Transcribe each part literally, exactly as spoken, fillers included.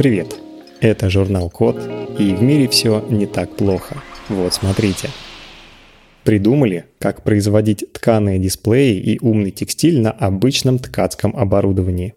Привет! Это журнал Код, и в мире все не так плохо. Вот смотрите. Придумали, как производить тканые дисплеи и умный текстиль на обычном ткацком оборудовании.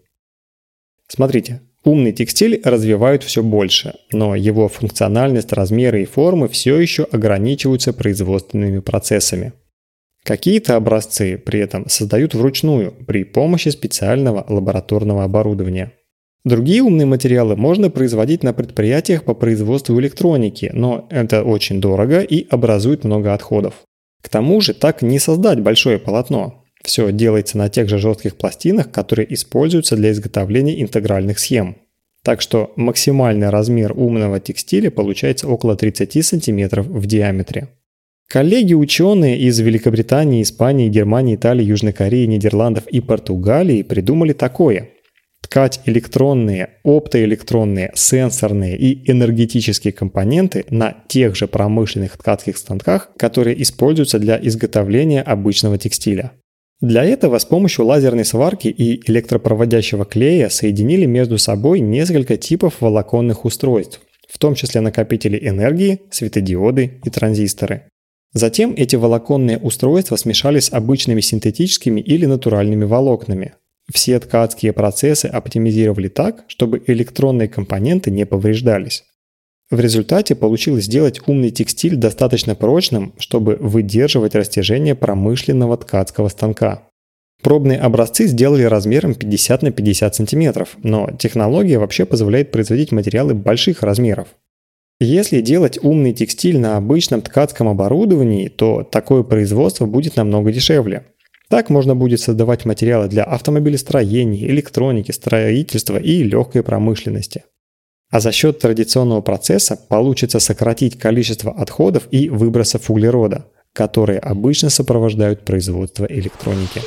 Смотрите, умный текстиль развивают все больше, но его функциональность, размеры и формы все еще ограничиваются производственными процессами. Какие-то образцы при этом создают вручную при помощи специального лабораторного оборудования. Другие умные материалы можно производить на предприятиях по производству электроники, но это очень дорого и образует много отходов. К тому же так не создать большое полотно. Все делается на тех же жестких пластинах, которые используются для изготовления интегральных схем. Так что максимальный размер умного текстиля получается около тридцать сантиметров в диаметре. Коллеги-ученые из Великобритании, Испании, Германии, Италии, Южной Кореи, Нидерландов и Португалии придумали такое. Ткать электронные, оптоэлектронные, сенсорные и энергетические компоненты на тех же промышленных ткацких станках, которые используются для изготовления обычного текстиля. Для этого с помощью лазерной сварки и электропроводящего клея соединили между собой несколько типов волоконных устройств, в том числе накопители энергии, светодиоды и транзисторы. Затем эти волоконные устройства смешали с обычными синтетическими или натуральными волокнами. Все ткацкие процессы оптимизировали так, чтобы электронные компоненты не повреждались. В результате получилось сделать умный текстиль достаточно прочным, чтобы выдерживать растяжение промышленного ткацкого станка. Пробные образцы сделали размером пятьдесят на пятьдесят сантиметров, но технология вообще позволяет производить материалы больших размеров. Если делать умный текстиль на обычном ткацком оборудовании, то такое производство будет намного дешевле. Так можно будет создавать материалы для автомобилестроения, электроники, строительства и легкой промышленности. А за счет традиционного процесса получится сократить количество отходов и выбросов углерода, которые обычно сопровождают производство электроники.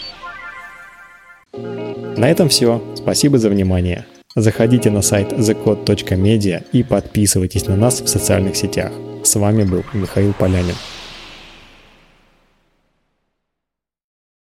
На этом все. Спасибо за внимание. Заходите на сайт the code точка media и подписывайтесь на нас в социальных сетях. С вами был Михаил Полянин.